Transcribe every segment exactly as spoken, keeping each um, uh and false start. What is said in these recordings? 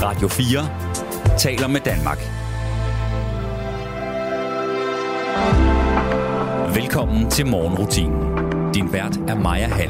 Radio fire taler med Danmark. Velkommen til morgenrutinen. Din vært er Maja Hall.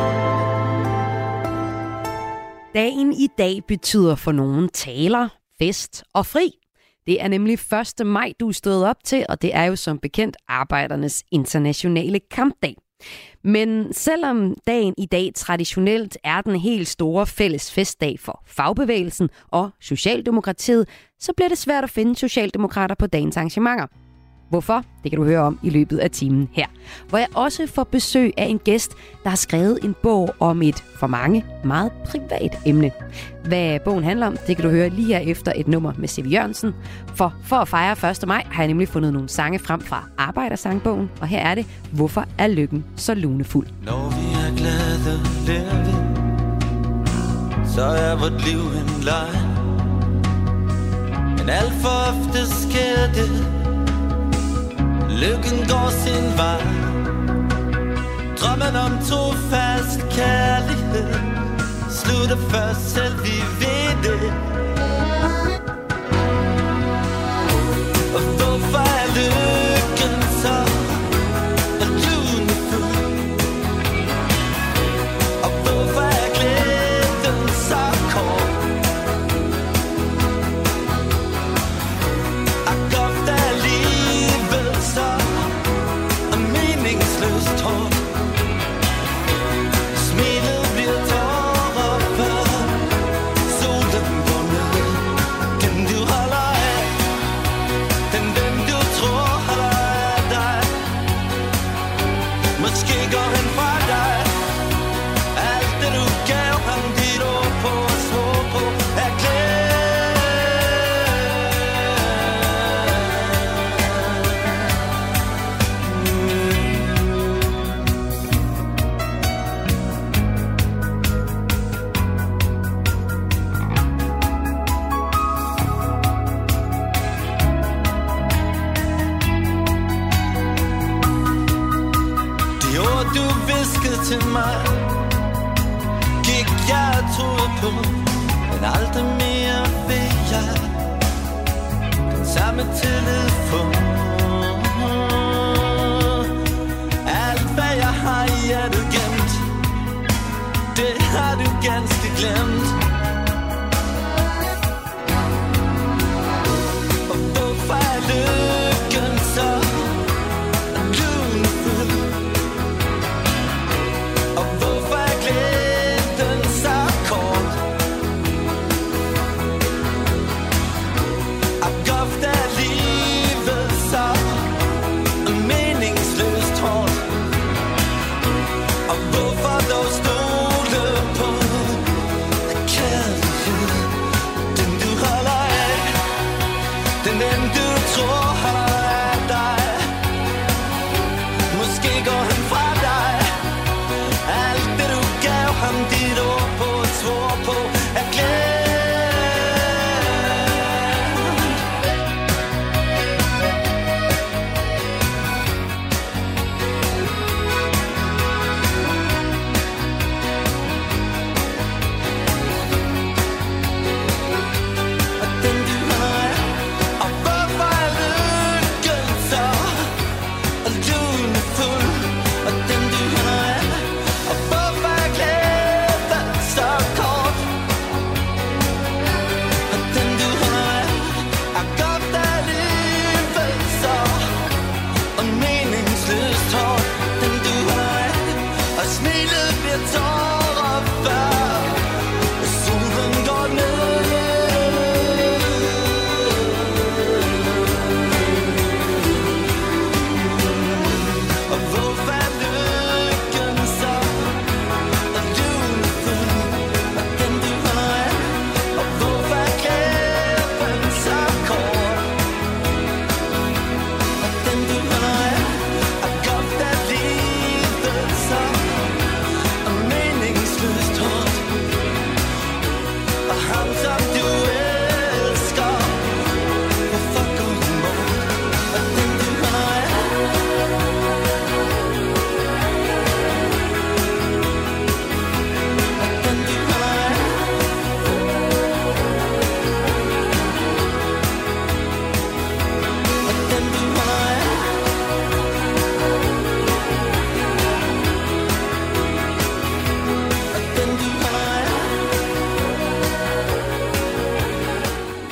Dagen i dag betyder for nogen taler, fest og fri. Det er nemlig første maj, du er stået op til, og det er jo som bekendt Arbejdernes Internationale Kampdag. Men selvom dagen i dag traditionelt er den helt store fælles festdag for fagbevægelsen og Socialdemokratiet, så bliver det svært at finde socialdemokrater på dagens arrangementer. Hvorfor? Det kan du høre om i løbet af timen her. Hvor jeg også får besøg af en gæst, der har skrevet en bog om et for mange meget privat emne. Hvad bogen handler om, det kan du høre lige her efter et nummer med C V Jørgensen. For for at fejre første maj har jeg nemlig fundet nogle sange frem fra Arbejdersangbogen. Og her er det, hvorfor er lykken så lunefuld? Når vi er glade leve, så er vort liv en leg. Men alt for ofte sker det, lykken går sin vej. Drømmen om trofast kærlighed slutter først, selv vi ved det. Og hvorfor er lykken så lunefuld? Og hvorfor er glæden så kort? Og ofte er livet så meningsløst hårdt. Smilet bliver tårer før solen går ned. Den du holder af, den den du tror holder af dig, måske går hen fra dig. Alt det du gav ham dit ord på og svor på er glæde. Du viskede til mig, gik jeg og troede på, men aldrig mere vil jeg den samme tillid få. Alt hvad jeg har i hjertet gemt, det har du ganske glemt. Og hvorfor er lykken så lunefuld? Og hvorfor er glæden så kort? Og ofte er livet så meningsløst hårdt. Og hvorfor dog stole på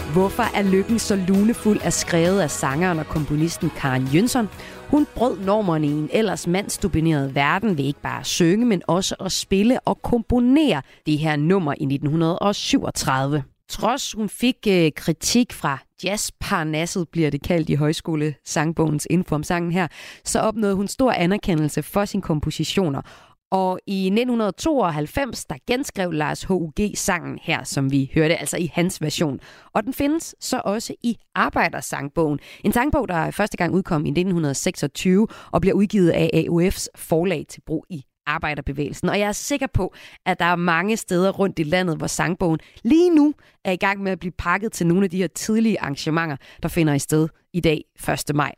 Hvorfor er lykken så lunefuld er skrevet af sangeren og komponisten Karen Jönsson. Hun brød normerne i en ellers mandsdomineret verden ved ikke bare at synge, men også at spille og komponere det her nummer i nitten syvogtredive. Trods hun fik øh, kritik fra jazzparnasset, bliver det kaldt i højskolesangbogens info om sangen her, så opnåede hun stor anerkendelse for sine kompositioner. Og i nitten tooghalvfems, der genskrev Lars H U G sangen her, som vi hørte, altså i hans version. Og den findes så også i Arbejdersangbogen. En sangbog, der første gang udkom i nitten seksogtyve og bliver udgivet af A U F's forlag til brug i arbejderbevægelsen. Og jeg er sikker på, at der er mange steder rundt i landet, hvor sangbogen lige nu er i gang med at blive pakket til nogle af de her tidlige arrangementer, der finder i sted i dag, første maj.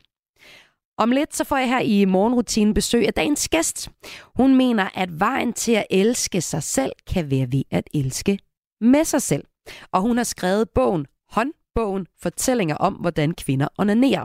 Om lidt så får jeg her i morgenrutinen besøg af dagens gæst. Hun mener, at vejen til at elske sig selv kan være ved at elske med sig selv. Og hun har skrevet bogen, håndbogen, fortællinger om, hvordan kvinder onanerer.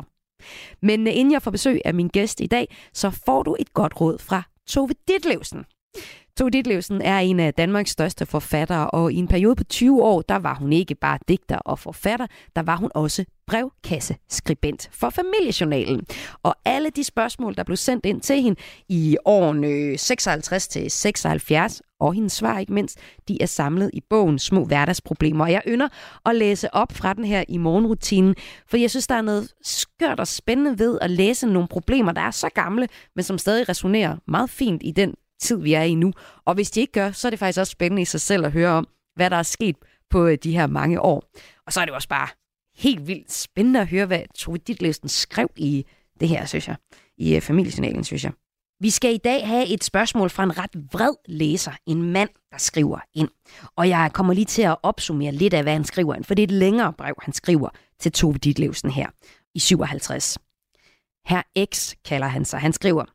Men inden jeg får besøg af min gæst i dag, så får du et godt råd fra Tove Ditlevsen. Tove Ditlevsen er en af Danmarks største forfattere, og i en periode på tyve år, der var hun ikke bare digter og forfatter, der var hun også brevkasseskribent for Familiejournalen. Og alle de spørgsmål, der blev sendt ind til hende i årene seksoghalvtreds til seksoghalvfjerds, og hendes svar ikke mindst, de er samlet i bogen Små Hverdagsproblemer. Og jeg ynder at læse op fra den her i morgenrutinen, for jeg synes, der er noget skørt og spændende ved at læse nogle problemer, der er så gamle, men som stadig resonerer meget fint i den tid, vi er i nu. Og hvis de ikke gør, så er det faktisk også spændende i sig selv at høre om, hvad der er sket på de her mange år. Og så er det også bare helt vildt spændende at høre, hvad Tove Ditlevsen skrev i det her, synes jeg. I Familiejournalen, synes jeg. Vi skal i dag have et spørgsmål fra en ret vred læser. En mand, der skriver ind. Og jeg kommer lige til at opsummere lidt af, hvad han skriver ind, for det er et længere brev, han skriver til Tove Ditlevsen her i syvoghalvtreds. Herr X kalder han sig. Han skriver: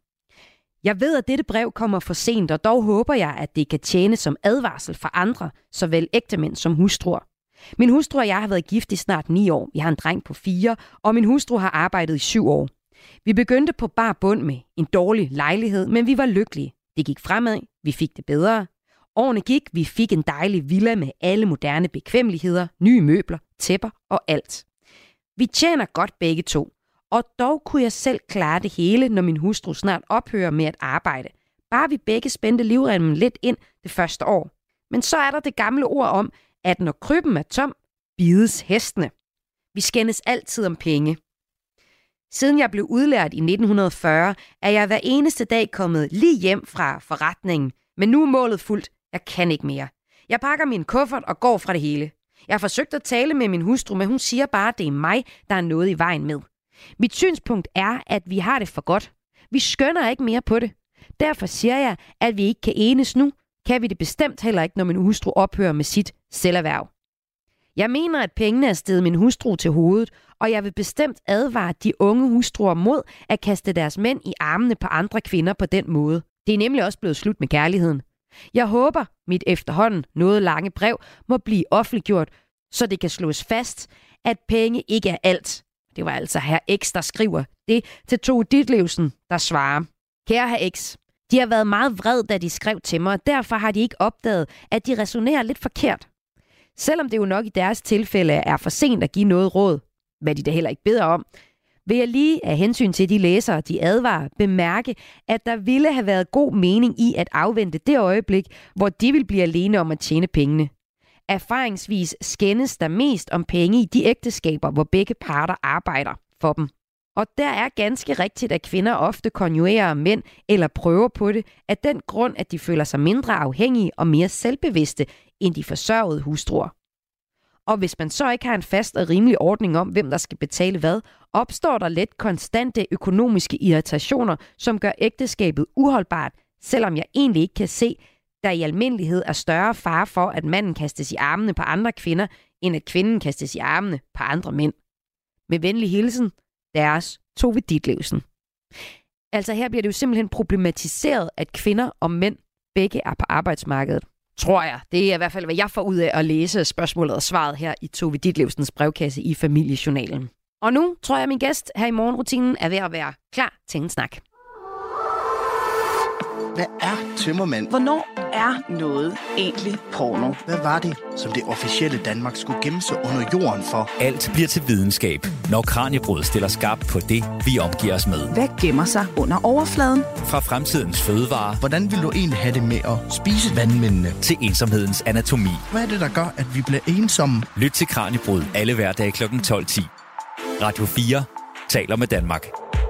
Jeg ved, at dette brev kommer for sent, og dog håber jeg, at det kan tjene som advarsel for andre, såvel ægtemænd som hustruer. Min hustru og jeg har været gift i snart ni år. Vi har en dreng på fire, og min hustru har arbejdet i syv år. Vi begyndte på bar bund med en dårlig lejlighed, men vi var lykkelige. Det gik fremad, vi fik det bedre. Årene gik, vi fik en dejlig villa med alle moderne bekvemmeligheder, nye møbler, tæpper og alt. Vi tjener godt begge to. Og dog kunne jeg selv klare det hele, når min hustru snart ophører med at arbejde. Bare vi begge spændte livremmen lidt ind det første år. Men så er der det gamle ord om, at når krybben er tom, bides hestene. Vi skændes altid om penge. Siden jeg blev udlært i nitten fyrre, er jeg hver eneste dag kommet lige hjem fra forretningen. Men nu er målet fuldt. Jeg kan ikke mere. Jeg pakker min kuffert og går fra det hele. Jeg har forsøgt at tale med min hustru, men hun siger bare, at det er mig, der er noget i vejen med. Mit synspunkt er, at vi har det for godt. Vi skønner ikke mere på det. Derfor siger jeg, at vi ikke kan enes nu. Kan vi det bestemt heller ikke, når min hustru ophører med sit selverhverv. Jeg mener, at pengene er steget min hustru til hovedet, og jeg vil bestemt advare de unge hustruer mod at kaste deres mænd i armene på andre kvinder på den måde. Det er nemlig også blevet slut med kærligheden. Jeg håber, mit efterhånden noget lange brev må blive offentliggjort, så det kan slås fast, at penge ikke er alt. Det var altså herr X, der skriver det til Tove Ditlevsen, der svarer: Kære herr X, de har været meget vred, da de skrev til mig, og derfor har de ikke opdaget, at de resonerer lidt forkert. Selvom det jo nok i deres tilfælde er for sent at give noget råd, hvad de da heller ikke beder om, vil jeg lige af hensyn til de læsere, de advarer, bemærke, at der ville have været god mening i at afvente det øjeblik, hvor de vil blive alene om at tjene pengene. Erfaringsvis skændes der mest om penge i de ægteskaber, hvor begge parter arbejder for dem. Og der er ganske rigtigt, at kvinder ofte konjuerer mænd eller prøver på det, af den grund, at de føler sig mindre afhængige og mere selvbevidste end de forsørgede hustruer. Og hvis man så ikke har en fast og rimelig ordning om, hvem der skal betale hvad, opstår der let konstante økonomiske irritationer, som gør ægteskabet uholdbart, selvom jeg egentlig ikke kan se, der i almindelighed er større fare for, at manden kastes i armene på andre kvinder, end at kvinden kastes i armene på andre mænd. Med venlig hilsen, deres Tove Ditlevsen. Altså her bliver det jo simpelthen problematiseret, at kvinder og mænd begge er på arbejdsmarkedet. Tror jeg. Det er i hvert fald, hvad jeg får ud af at læse spørgsmålet og svaret her i Tove Ditlevsens brevkasse i Familiejournalen. Og nu tror jeg, at min gæst her i morgenrutinen er ved at være klar til en snak. Hvad er tømmermænd? Hvornår er noget egentlig porno? Hvad var det, som det officielle Danmark skulle gemme sig under jorden for? Alt bliver til videnskab, når Kraniebrud stiller skarpt på det, vi omgiver os med. Hvad gemmer sig under overfladen? Fra fremtidens fødevarer. Hvordan vil du egentlig have det med at spise vandmændene? Til ensomhedens anatomi. Hvad er det, der gør, at vi bliver ensomme? Lyt til Kraniebrud alle hverdage klokken tolv ti. Radio fire taler med Danmark.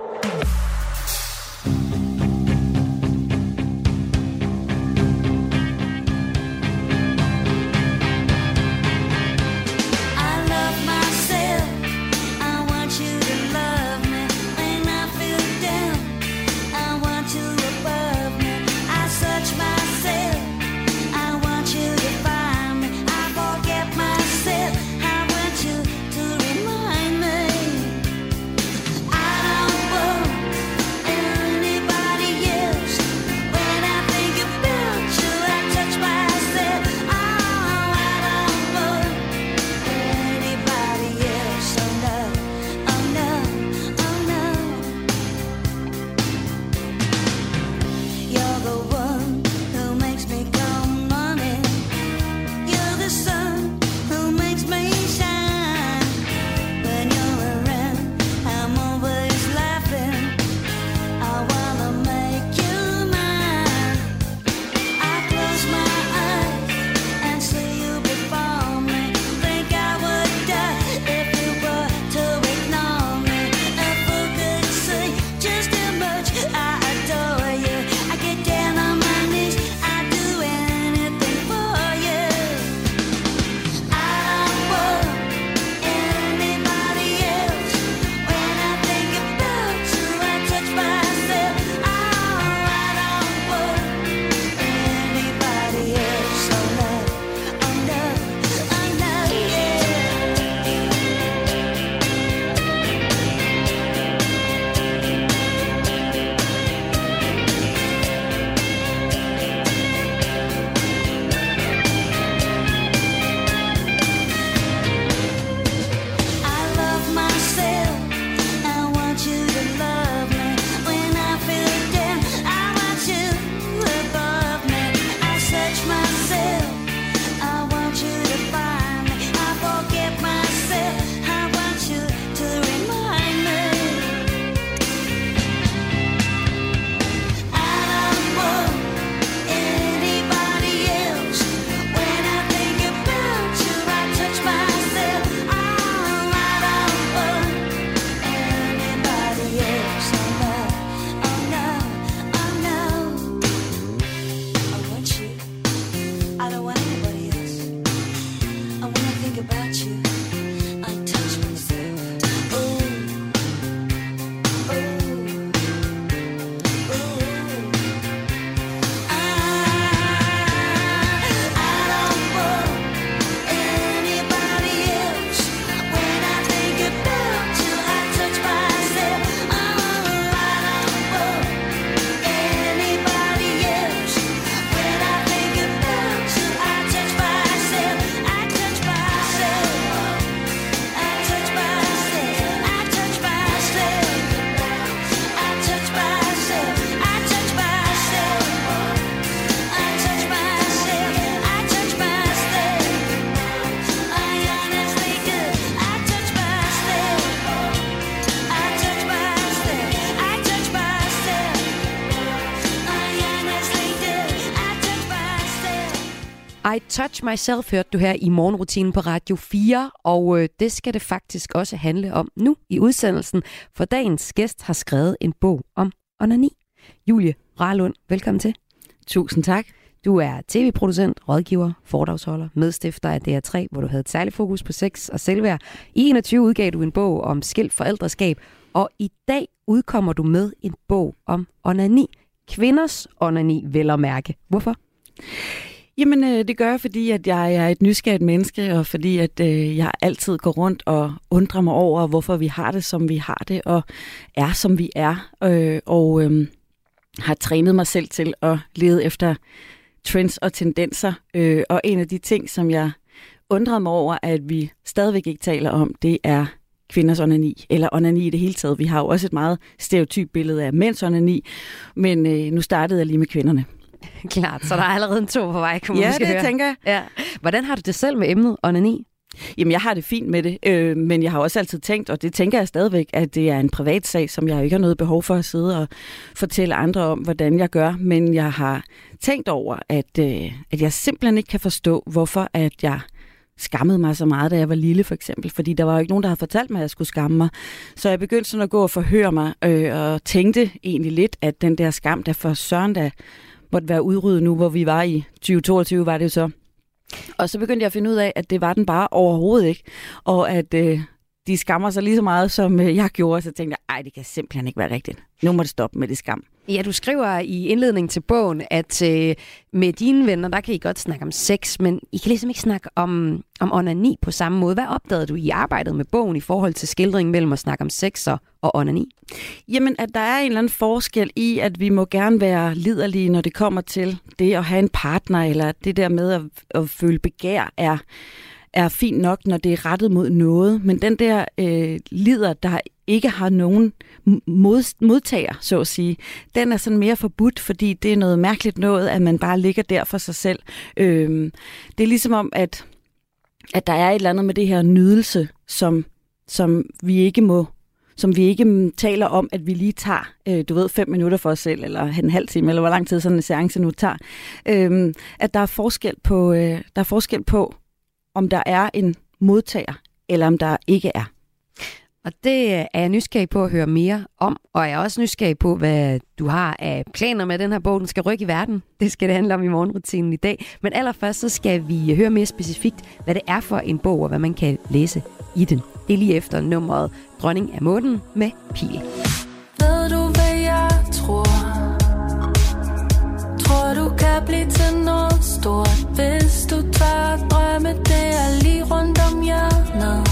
I Touch Myself hørte du her i morgenrutinen på Radio fire, og øh, det skal det faktisk også handle om nu i udsendelsen, for dagens gæst har skrevet en bog om onani. Julie Rarlund, velkommen til. Tusind tak. Du er tv-producent, rådgiver, foredragsholder, medstifter af D R tre, hvor du havde et særligt fokus på sex og selvværd. I enogtyve udgav du en bog om skilt forældreskab, og i dag udkommer du med en bog om onani. Kvinders onani, vel at mærke. Hvorfor? Jamen, øh, det gør jeg, fordi at jeg er et nysgerrigt menneske, og fordi at øh, jeg altid går rundt og undrer mig over, hvorfor vi har det, som vi har det, og er, som vi er. Øh, og øh, har trænet mig selv til at lede efter trends og tendenser. Øh, og en af de ting, som jeg undrede mig over, at vi stadigvæk ikke taler om, det er kvinders onani, eller onani i det hele taget. Vi har jo også et meget stereotyp billede af mænds onani, men øh, nu startede jeg lige med kvinderne. Klart, så der er allerede en to på vej, kan man ja, måske det høre. tænker jeg. Ja. Hvordan har du det selv med emnet onani? Jamen, jeg har det fint med det, øh, men jeg har også altid tænkt, og det tænker jeg stadigvæk, at det er en privat sag, som jeg ikke har noget behov for at sidde og fortælle andre om, hvordan jeg gør. Men jeg har tænkt over, at, øh, at jeg simpelthen ikke kan forstå, hvorfor at jeg skammede mig så meget, da jeg var lille, for eksempel. Fordi der var jo ikke nogen, der havde fortalt mig, at jeg skulle skamme mig. Så jeg begyndte sådan at gå og forhøre mig, øh, og tænkte egentlig lidt, at den der skam, der for søren, der måtte være udryddet nu, hvor vi var i tyve toogtyve, var det jo så. Og så begyndte jeg at finde ud af, at det var den bare overhovedet ikke. Og at øh, de skammer sig lige så meget, som øh, jeg gjorde. Så tænkte jeg, ej, det kan simpelthen ikke være rigtigt. Nu må det stoppe med det skam. Ja, du skriver i indledningen til bogen, at øh, med dine venner, der kan I godt snakke om sex, men I kan ligesom ikke snakke om, om onani på samme måde. Hvad opdagede du i arbejdet med bogen i forhold til skildringen mellem at snakke om sex og, og onani? Jamen, at der er en eller anden forskel i, at vi må gerne være liderlige, når det kommer til det at have en partner, eller det der med at, at føle begær er, er fint nok, når det er rettet mod noget. Men den der øh, lider, der ikke har nogen mod, modtager, så at sige, den er sådan mere forbudt, fordi det er noget mærkeligt noget, at man bare ligger der for sig selv. Øh, det er ligesom om, at, at der er et eller andet med det her nydelse, som, som vi ikke må som vi ikke taler om, at vi lige tager, øh, du ved, fem minutter for os selv, eller en halv time, eller hvor lang tid sådan en seance nu tager. Øh, at der er forskel på, øh, der er forskel på, om der er en modtager, eller om der ikke er. Og det er jeg nysgerrig på at høre mere om, og jeg er også nysgerrig på, hvad du har af planer med den her bog, den skal rykke i verden. Det skal det handle om i morgenrutinen i dag. Men allerførst så skal vi høre mere specifikt, hvad det er for en bog, og hvad man kan læse i den. Det er lige efter nummeret Dronning af Månen med Pil. Ved du, hvad jeg tror? Tror du kan blive til noget stort, hvis du tør at drømme, det er lige rundt om hjørnet.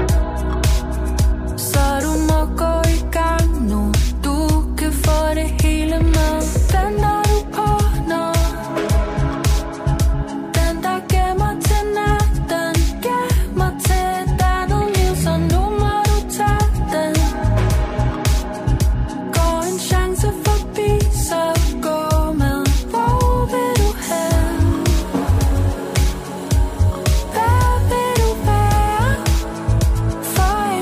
Så du må gå i gang nu, du kan få det hele med. Venter du på noget? Den der gemmer til natten, gemmer til et andet liv, så nu må du tage den. Går en chance forbi, så gå med. Hvor vil du hen? Hvad vil du være for en?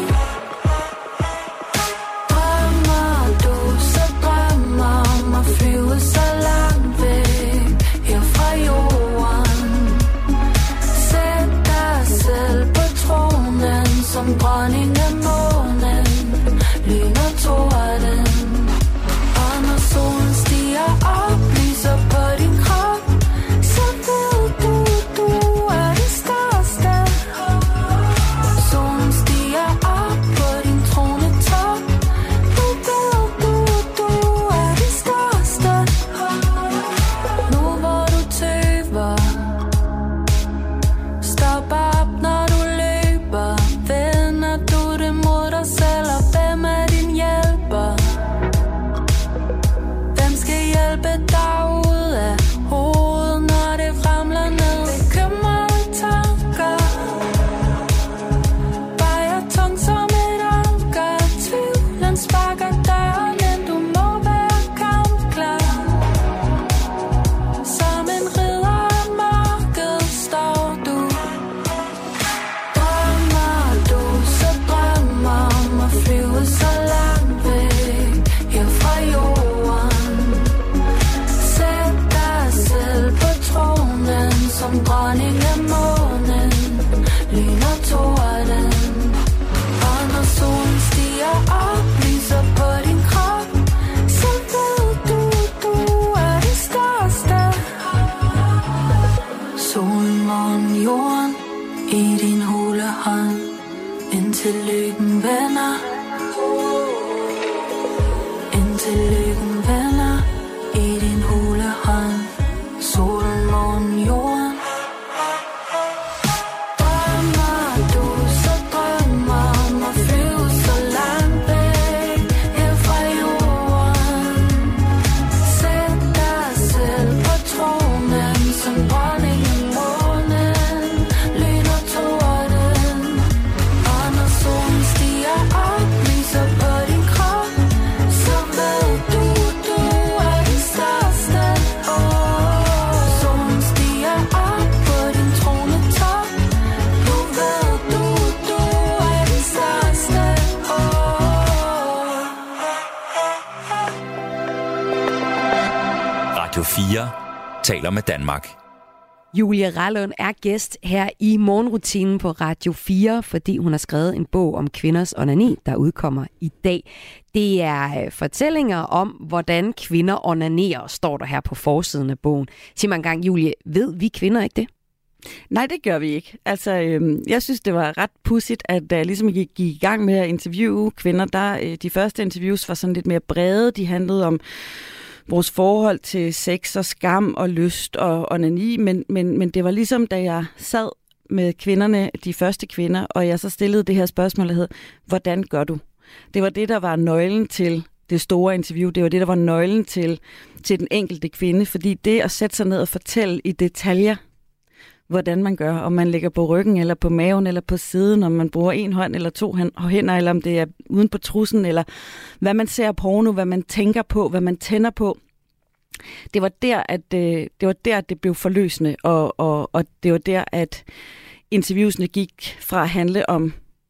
Drømmer du, så drømmer om at flyve så langt væk her fra jorden. Sæt dig selv på tronen som dronning af månen. Lyn og torden. Og når solen stiger op, lyser på din krop, så ved du, du er det største. Solen stiger op på din tronetop, nu ved du, du er det største. Nu hvor du tøver, stop op når du løber. Vender du det mod dig selv, og hvem er din hjælper? Hvem skal hjælpe dig ud af hovedet, når det ramler ned? Bekymrede tanker vejer tungt som et anker. Tvivlen sparker døren ind, du må være kampklar. Som en ridder af mørket står du. Drømmer du, så drømmer om at flyve så langt væk her fra jorden. Sæt dig selv på tronen som dronning af månen. Lyn og torden. Og når solen stiger op, lyser på din krop, så ved du, du er det største. Solen, månen, jorden i din hule hånd, indtil lykken vender. Indtil lykken vender i din hule hånd. Solen, månen, jorden. Drømmer du, så drømmer om at flyve så langt væk her fra jorden. Sæt dig selv på tronen som dronning af månen. Lyn og torden. Og når solen stiger fire taler med Danmark. Julie Rallund er gæst her i morgenrutinen på Radio fire, fordi hun har skrevet en bog om kvinders onani, der udkommer i dag. Det er fortællinger om, hvordan kvinder onanerer, står der her på forsiden af bogen. Sig mig engang, Julie, ved vi kvinder ikke det? Nej, det gør vi ikke. Altså, øhm, jeg synes, det var ret pudsigt, at da jeg ligesom gik, gik i gang med at interviewe kvinder, der øh, de første interviews var sådan lidt mere brede. De handlede om vores forhold til sex og skam og lyst og onani, men, men, men det var ligesom, da jeg sad med kvinderne, de første kvinder, og jeg så stillede det her spørgsmål, der hed, hvordan gør du? Det var det, der var nøglen til det store interview. Det var det, der var nøglen til, til den enkelte kvinde, fordi det at sætte sig ned og fortælle i detaljer, hvordan man gør, om man ligger på ryggen, eller på maven, eller på siden, om man bruger en hånd eller to hænder, eller om det er uden på trussen, eller hvad man ser porno, hvad man tænker på, hvad man tænder på. Det var der, at det, det, var der, at det blev forløsende, og, og, og det var der, at interviewsene gik fra at handle om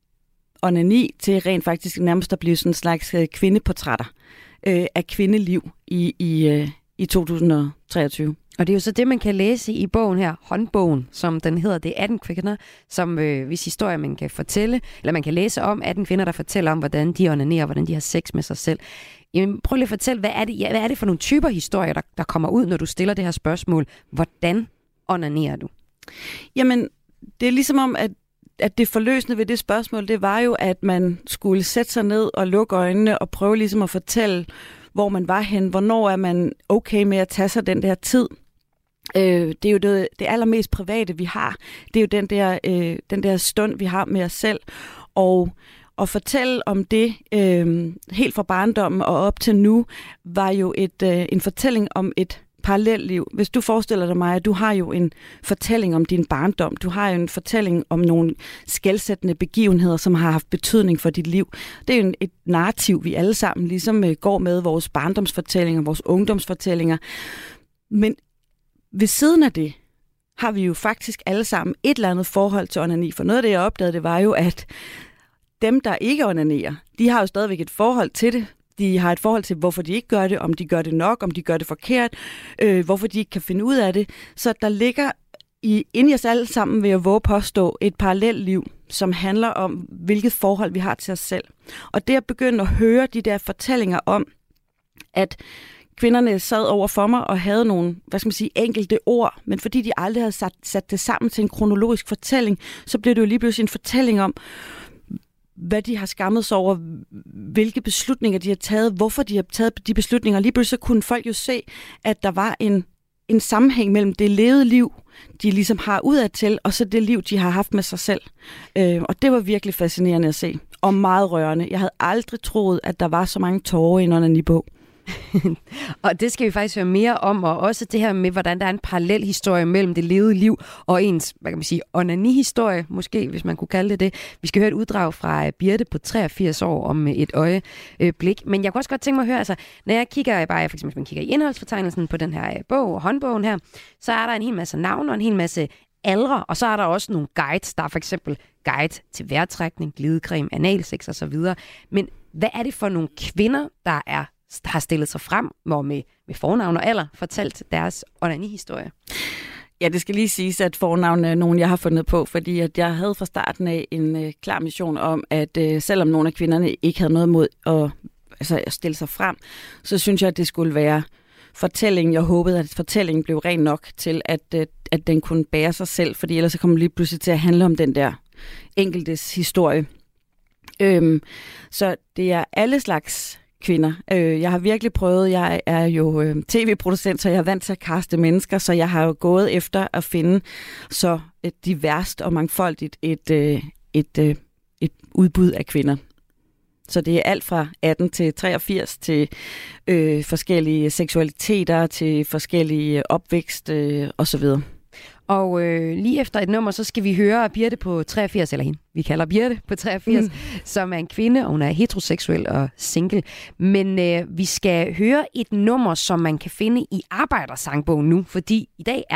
onani til rent faktisk nærmest at blive sådan en slags kvindeportrætter øh, af kvindeliv i, i, øh, i to tusind og treogtyve. Og det er jo så det, man kan læse i bogen her, håndbogen, som den hedder. Det er atten kvinder, som øh, hvis historier man kan fortælle, eller man kan læse om atten kvinder, der fortæller om, hvordan de onanerer, hvordan de har sex med sig selv. Jamen, prøv lige at fortælle, hvad er det, ja, hvad er det for nogle typer historier, der, der kommer ud, når du stiller det her spørgsmål? Hvordan onanerer du? Jamen, det er ligesom om, at at det forløsende ved det spørgsmål, det var jo, at man skulle sætte sig ned og lukke øjnene og prøve ligesom at fortælle, hvor man var hen, hvornår er man okay med at tage sig den der tid. Øh, det er jo det, det allermest private, vi har. Det er jo den der, øh, den der stund, vi har med os selv. Og at fortælle om det øh, helt fra barndommen og op til nu, var jo et, øh, en fortælling om et parallelliv. Hvis du forestiller dig mig, at du har jo en fortælling om din barndom. Du har jo en fortælling om nogle skelsættende begivenheder, som har haft betydning for dit liv. Det er jo en, et narrativ, vi alle sammen ligesom øh, går med, vores barndomsfortællinger, vores ungdomsfortællinger. Men ved siden af det har vi jo faktisk alle sammen et eller andet forhold til onani. For noget af det, jeg opdagede, det var jo, at dem, der ikke onanerer, de har jo stadigvæk et forhold til det. De har et forhold til, hvorfor de ikke gør det, om de gør det nok, om de gør det forkert, øh, hvorfor de ikke kan finde ud af det. Så der ligger i, inde i os alle sammen, vil jeg våge påstå, et parallelt liv, som handler om, hvilket forhold vi har til os selv. Og det at begynde at høre de der fortællinger om, at kvinderne sad over for mig og havde nogle, hvad skal man sige, enkelte ord, men fordi de aldrig havde sat, sat det sammen til en kronologisk fortælling, så blev det jo lige pludselig en fortælling om, hvad de har skammet sig over, hvilke beslutninger de har taget, hvorfor de har taget de beslutninger. Lige pludselig så kunne folk jo se, at der var en, en sammenhæng mellem det levede liv, de ligesom har udadtil, og så det liv, de har haft med sig selv. Øh, og det var virkelig fascinerende at se, og meget rørende. Jeg havde aldrig troet, at der var så mange tårer i en onanibog. Og det skal vi faktisk høre mere om, og også det her med, hvordan der er en parallel historie mellem det levede liv og ens, hvad kan man sige, onani-historie, måske, hvis man kunne kalde det det. Vi skal høre et uddrag fra Birte på treogfirs år om et øjeblik. Men jeg kunne også godt tænke mig at høre, altså, når jeg kigger, bare for eksempel, hvis man kigger i indholdsfortegnelsen på den her bog, håndbogen her, så er der en hel masse navne og en hel masse aldre, og så er der også nogle guides. Der er for eksempel guide til vejrtrækning, glidecreme, analsex osv. Men hvad er det for nogle kvinder, der er har stillet sig frem, hvor med, med fornavn og alder fortalt deres onani-historie? Ja, det skal lige siges, at fornavn er nogen, jeg har fundet på, fordi at jeg havde fra starten af en øh, klar mission om, at øh, selvom nogle af kvinderne ikke havde noget mod at, altså, at stille sig frem, så synes jeg, at det skulle være fortællingen. Jeg håbede, at fortællingen blev ren nok til, at, øh, at den kunne bære sig selv, fordi ellers så kommer det lige pludselig til at handle om den der enkeltes historie. Øhm, så det er alle slags kvinder. Jeg har virkelig prøvet, jeg er jo øh, tv-producent, så jeg er vant til at kaste mennesker, så jeg har jo gået efter at finde så et diverst og mangfoldigt et, øh, et, øh, et udbud af kvinder. Så det er alt fra atten til treogfirs til øh, forskellige seksualiteter, til forskellige opvækst øh, osv. Og øh, lige efter et nummer, så skal vi høre Birte på treogfirs, eller hende, vi kalder Birte på treogfirs, mm. som er en kvinde, og hun er heteroseksuel og single. Men øh, vi skal høre et nummer, som man kan finde i Arbejdersangbogen nu, fordi i dag er det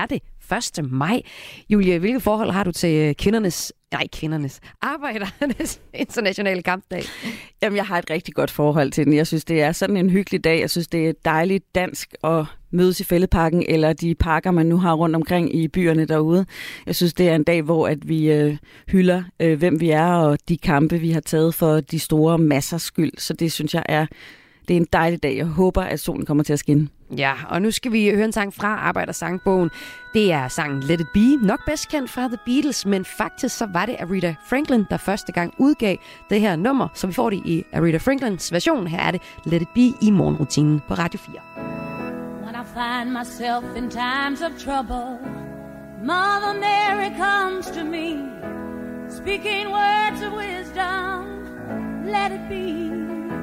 første maj. Julie, hvilke forhold har du til kvindernes, nej kvindernes, arbejdernes internationale kampdag? Jamen, jeg har et rigtig godt forhold til den. Jeg synes, det er sådan en hyggelig dag. Jeg synes, det er dejligt dansk at mødes i Fælledparken, eller de parker, man nu har rundt omkring i byerne derude. Jeg synes, det er en dag, hvor at vi øh, hylder, øh, hvem vi er, og de kampe, vi har taget for de store massers skyld. Så det synes jeg er, det er en dejlig dag. Jeg håber, at solen kommer til at skinne. Ja, og nu skal vi høre en sang fra Arbejdersangbogen. Det er sangen Let It Be, nok bedst kendt fra The Beatles, men faktisk så var det Aretha Franklin, der første gang udgav det her nummer, så vi får det i Aretha Franklins version. Her er det Let It Be i morgenrutinen på Radio fire. When I find myself in times of trouble, Mother Mary comes to me, speaking words of wisdom, let it be.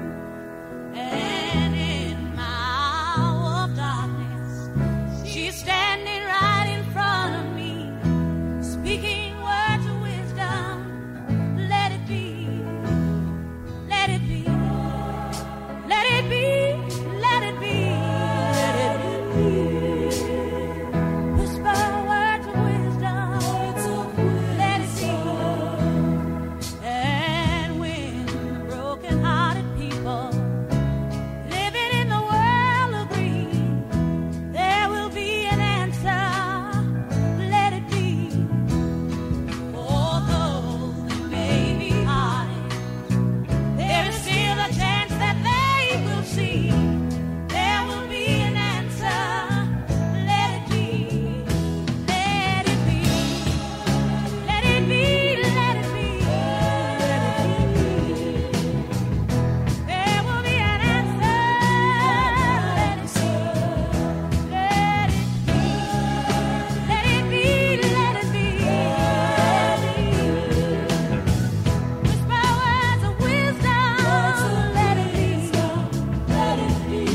And in my hour of darkness, she's standing right in front of me, speaking words of wisdom, let it be, let it be, let it be, let it be, let it be. Whisper words of wisdom, let it be. And when the broken-hearted people living in the world agree, there will be an answer, let it be. For those that may be hearted, there is still a chance that they will see. There will be an answer, let it be, let it be, let it be, let it be, let it be. There will be an answer, let it be, let it be, let it be, let it be. Whisper words of wisdom, let it be, let it be.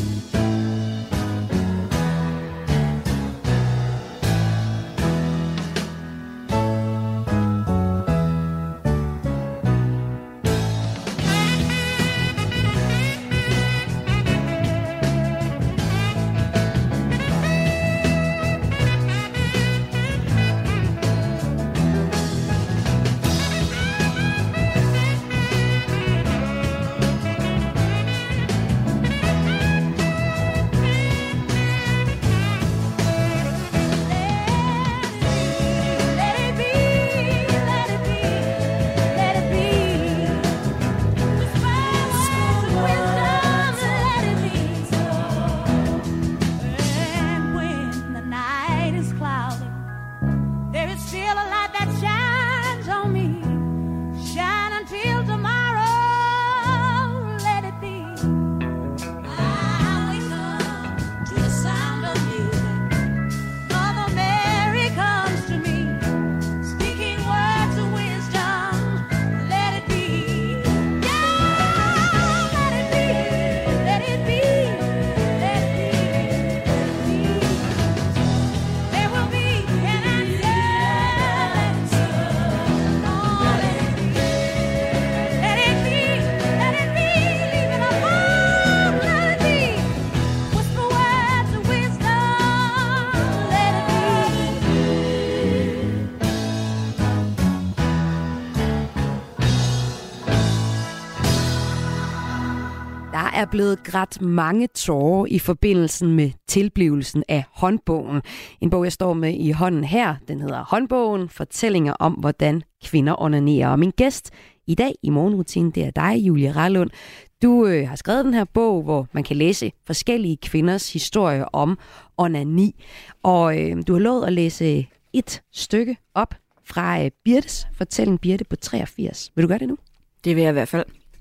Der er blevet grædt mange tårer i forbindelsen med tilblivelsen af håndbogen. En bog, jeg står med i hånden her, den hedder Håndbogen, fortællinger om, hvordan kvinder onanerer. Og min gæst i dag i morgenrutinen, det er dig, Julie Rallund. Du øh, har skrevet den her bog, hvor man kan læse forskellige kvinders historier om onani. Og øh, du har lovet at læse et stykke op fra øh, Birtes fortælling, Birte på treogfirs. Vil du gøre det nu? Det vil jeg i hvert fald.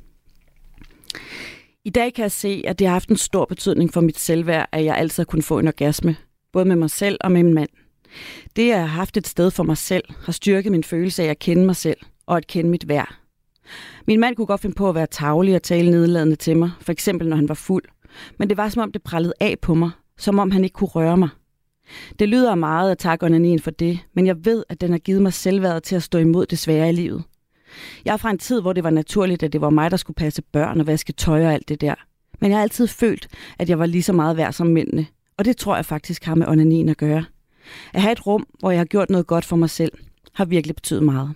I dag kan jeg se, at det har haft en stor betydning for mit selvværd, at jeg altid har kunnet få en orgasme, både med mig selv og med min mand. Det, jeg har haft et sted for mig selv, har styrket min følelse af at kende mig selv og at kende mit værd. Min mand kunne godt finde på at være tarvelig og tale nedladende til mig, for eksempel når han var fuld. Men det var som om det prallede af på mig, som om han ikke kunne røre mig. Det lyder meget at takke onanien for det, men jeg ved, at den har givet mig selvværdet til at stå imod det svære i livet. Jeg er fra en tid, hvor det var naturligt, at det var mig, der skulle passe børn og vaske tøj og alt det der. Men jeg har altid følt, at jeg var lige så meget værd som mændene. Og det tror jeg faktisk har med onanien at gøre. at have et rum, hvor jeg har gjort noget godt for mig selv, har virkelig betydet meget.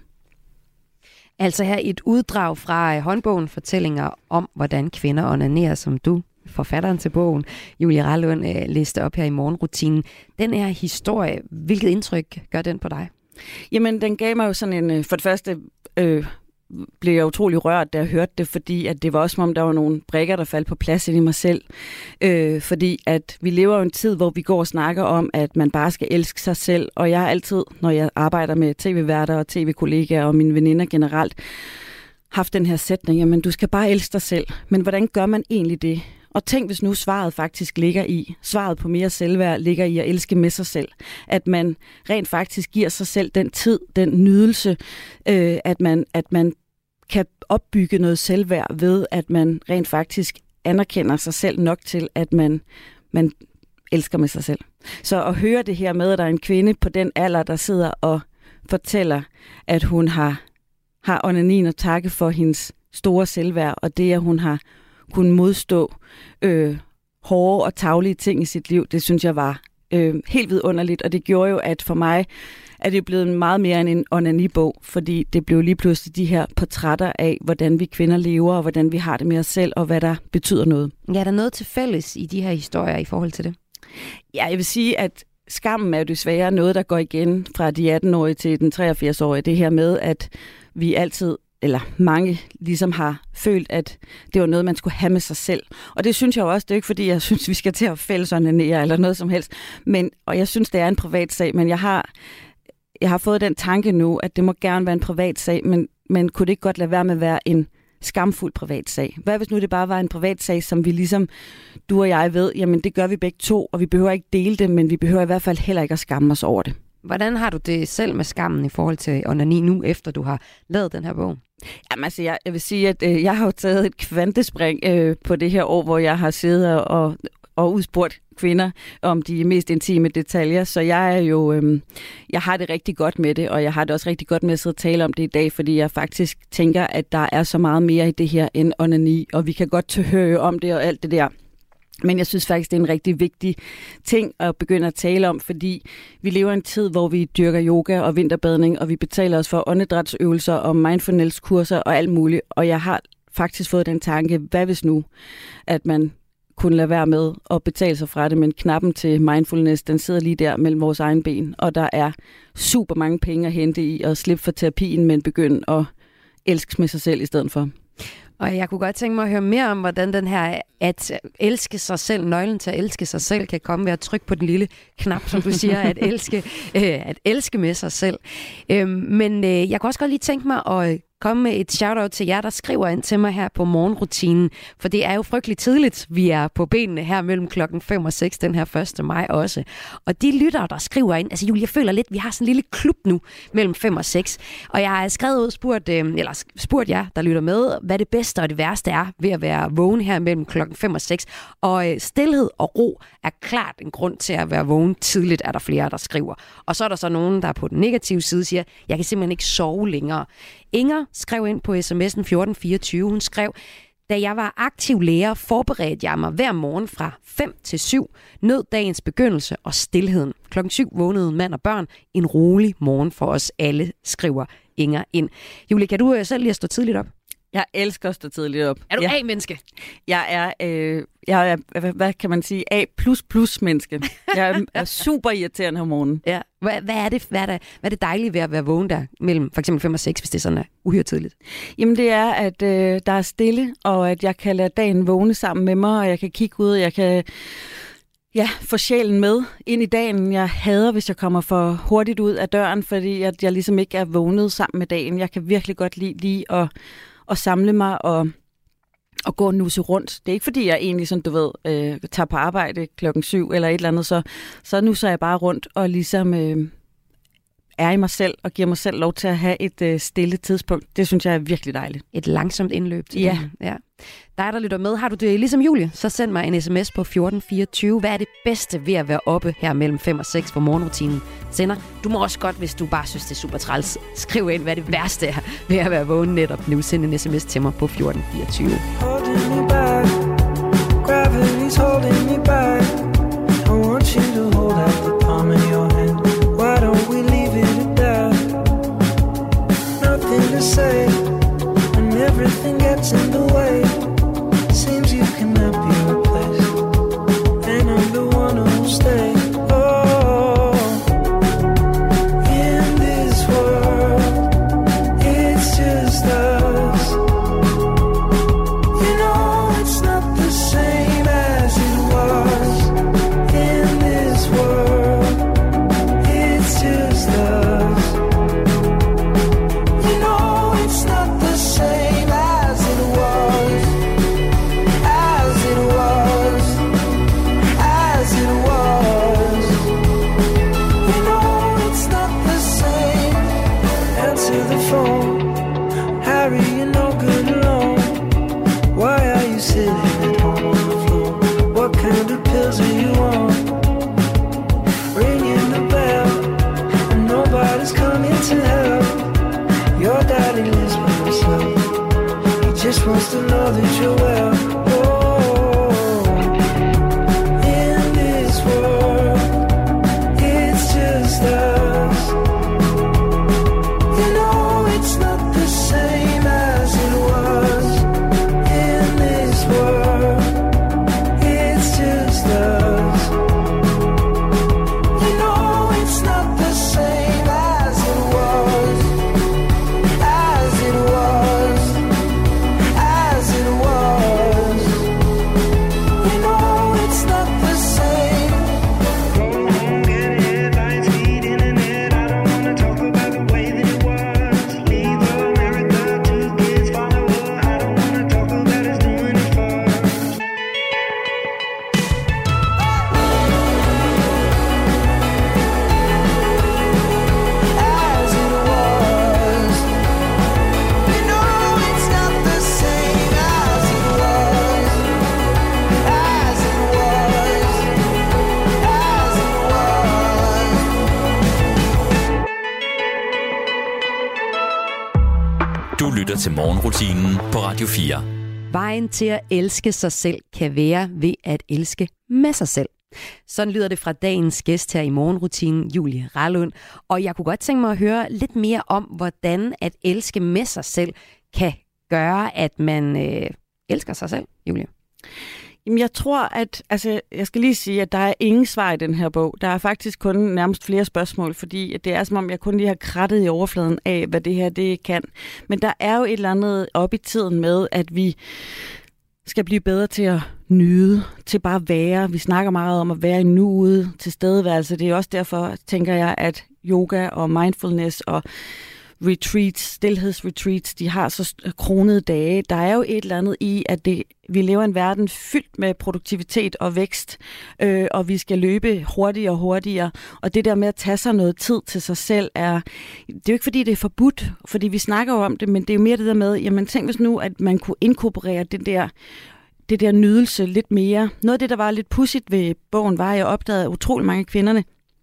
Altså her et uddrag fra håndbogen Fortællinger om, hvordan kvinder onanerer, som du, forfatteren til bogen, Julie Rallund, øh, læste op her i morgenrutinen. Den her historie, hvilket indtryk gør den på dig? Jamen, den gav mig jo sådan en, for det første øh, blev jeg utrolig rørt, da jeg hørte det, fordi at det var også som om, der var nogle brikker, der faldt på plads ind i mig selv. Øh, fordi at vi lever jo en tid, hvor vi går og snakker om, at man bare skal elske sig selv, og jeg har altid, når jeg arbejder med tv-værter og tv-kollegaer og mine veninder generelt, haft den her sætning, jamen du skal bare elske dig selv. Men hvordan gør man egentlig det? Og tænk, hvis nu svaret faktisk ligger i, svaret på mere selvværd ligger i at elske med sig selv. At man rent faktisk giver sig selv den tid, den nydelse, øh, at, man, at man kan opbygge noget selvværd ved, at man rent faktisk anerkender sig selv nok til, at man, man elsker med sig selv. Så at høre det her med, at der er en kvinde på den alder, der sidder og fortæller, at hun har, har onanin at takke for hendes store selvværd, og det, at hun har kunne modstå øh, hårde og tarvelige ting i sit liv, det synes jeg var øh, helt vidunderligt, og det gjorde jo, at for mig er det blevet meget mere end en onanibog, fordi det blev lige pludselig de her portrætter af, hvordan vi kvinder lever, og hvordan vi har det med os selv, og hvad der betyder noget. Ja, er der noget til fælles i de her historier i forhold til det? Ja, jeg vil sige, at skammen er jo desværre noget, der går igen fra de atten-årige til den treogfirs-årige. Det her med, at vi altid eller mange ligesom har følt, at det var noget, man skulle have med sig selv. Og det synes jeg jo også, det er ikke fordi, jeg synes, vi skal til at fælles onanere eller noget som helst. Men, og jeg synes, det er en privat sag, men jeg har, jeg har fået den tanke nu, at det må gerne være en privat sag, men, men kunne det ikke godt lade være med at være en skamfuld privat sag? Hvad hvis nu det bare var en privat sag, som vi ligesom, du og jeg ved, jamen det gør vi begge to, og vi behøver ikke dele det, men vi behøver i hvert fald heller ikke at skamme os over det. Hvordan har du det selv med skammen i forhold til onani nu, efter du har lavet den her bog? Jamen altså, jeg, jeg vil sige, at øh, jeg har jo taget et kvantespring øh, på det her år, hvor jeg har siddet og, og udspurgt kvinder om de mest intime detaljer, så jeg er jo, øh, jeg har det rigtig godt med det, og jeg har det også rigtig godt med at sidde og tale om det i dag, fordi jeg faktisk tænker, at der er så meget mere i det her end onani, og vi kan godt høre om det og alt det der. Men jeg synes faktisk, det er en rigtig vigtig ting at begynde at tale om, fordi vi lever i en tid, hvor vi dyrker yoga og vinterbadning, og vi betaler os for åndedrætsøvelser og mindfulness-kurser og alt muligt. Og jeg har faktisk fået den tanke, hvad hvis nu, at man kunne lade være med at betale sig fra det, men knappen til mindfulness, den sidder lige der mellem vores egen ben, og der er super mange penge at hente i at slippe for terapien, men begynde at elske med sig selv i stedet for. Og jeg kunne godt tænke mig at høre mere om, hvordan den her at elske sig selv, nøglen til at elske sig selv, kan komme ved at trykke på den lille knap, som du siger, at elske, øh, at elske med sig selv. Øhm, men øh, jeg kunne også godt lige tænke mig at komme med et shout-out til jer, der skriver ind til mig her på morgenrutinen, for det er jo frygteligt tidligt, vi er på benene her mellem klokken fem og seks den her første maj også. Og de lyttere, der skriver ind, altså Julie, jeg føler lidt, vi har sådan en lille klub nu mellem fem og seks, og jeg har skrevet ud, spurgt, øh, eller spurgt jer, der lytter med, hvad det bedste og det værste er ved at være vågen her mellem klokken fem og seks, og øh, stilhed og ro er klart en grund til at være vågen tidligt, er der flere, der skriver. Og så er der så nogen, der på den negative side siger, jeg kan simpelthen ikke sove længere. Inger skrev ind på sms'en fjorten fireogtyve. Hun skrev, da jeg var aktiv lærer, forberedte jeg mig hver morgen fra fem til syv, nød dagens begyndelse og stilheden. Klokken syv vågnede mand og børn. En rolig morgen for os alle, skriver Inger ind. Julie, kan du selv lige at stå tidligt op? Jeg elsker at stå tidligt op. Er du ja. A-menneske? Jeg er, øh, jeg er, hvad kan man sige, A++-menneske. Jeg er super irriterende om morgenen. Ja. Hvad, hvad, er det, hvad, er det, hvad er det dejlige ved at være vågen der mellem for eksempel fem og seks, hvis det sådan er uhyre tidligt? Jamen det er, at øh, der er stille, og at jeg kan lade dagen vågne sammen med mig, og jeg kan kigge ud, og jeg kan ja, få sjælen med ind i dagen. Jeg hader, hvis jeg kommer for hurtigt ud af døren, fordi at jeg ligesom ikke er vågnet sammen med dagen. Jeg kan virkelig godt lide lige at og samle mig og, og gå og nusse rundt. Det er ikke fordi, jeg egentlig, sådan, du ved, øh, tager på arbejde klokken syv eller et eller andet, så, så nusser jeg bare rundt og ligesom øh, er i mig selv og giver mig selv lov til at have et øh, stille tidspunkt. Det synes jeg er virkelig dejligt. Et langsomt indløb til ja. den. Ja. Dig, der lytter med, har du det ligesom Julie, så send mig en sms på fjorten fireogtyve. Hvad er det bedste ved at være oppe her mellem fem og seks for morgenrutinen sender? Du må også godt, hvis du bare synes, det er super træls, skriv ind, hvad det værste er ved at være vågen netop nu. Send en sms til mig på fjorten fireogtyve. Holding me back, gravity's holding me back. I want you to hold out the palm of your hand. gets in the way. Seems you cannot be replaced, and I'm the one who'll stay. Oh, in this world, it's just us. You know it's not the same as it was. In this world, it's just us. You know it's not the same as it was. As it was. As it was. You know it's not the same. Answer the phone. Harry, you're no good alone. Why are you sitting at home on the floor? What kind of pills are you on? Ringing the bell, and nobody's coming to help. Your daddy lives by himself. He just wants to know that you're well. Oh, in this world, it's just us. You know it's not the same as it was. In this world, it's just us. You know it's not the same as it was. As it was. As it was. You know it's not the same. Go home, get headlines, feed internet. I don't wanna talk about the way that it was. Leave America, two kids follow her. I don't wanna talk about us doing it first. As it was. You know it's not the same as it was. As it was. As it was. Du lytter til morgenrutinen på Radio fire. Vejen til at elske sig selv kan være ved at elske med sig selv. Sådan lyder det fra dagens gæst her i morgenrutinen, Julie Rallund. Og jeg kunne godt tænke mig at høre lidt mere om, hvordan at elske med sig selv kan gøre, at man øh, elsker sig selv, Julie. Jamen, jeg tror, at... Altså, jeg skal lige sige, at der er ingen svar i den her bog. Der er faktisk kun nærmest flere spørgsmål, fordi det er som om, jeg kun lige har krattet i overfladen af, hvad det her det kan. Men der er jo et eller andet op i tiden med, at vi skal blive bedre til at nyde, til bare at være. Vi snakker meget om at være i nuet, til stedeværelse. Det er også derfor, tænker jeg, at yoga og mindfulness og retreats, stillhedsretreats, de har så kronede dage. Der er jo et eller andet i, at det, vi lever i en verden fyldt med produktivitet og vækst, øh, og vi skal løbe hurtigere og hurtigere. Og det der med at tage sig noget tid til sig selv, er, det er jo ikke fordi, det er forbudt, fordi vi snakker jo om det, men det er jo mere det der med, jamen tænk hvis nu, at man kunne inkorporere det der, det der nydelse lidt mere. Noget af det, der var lidt pudsigt ved bogen, var, at jeg opdagede, at utrolig mange af kvinderne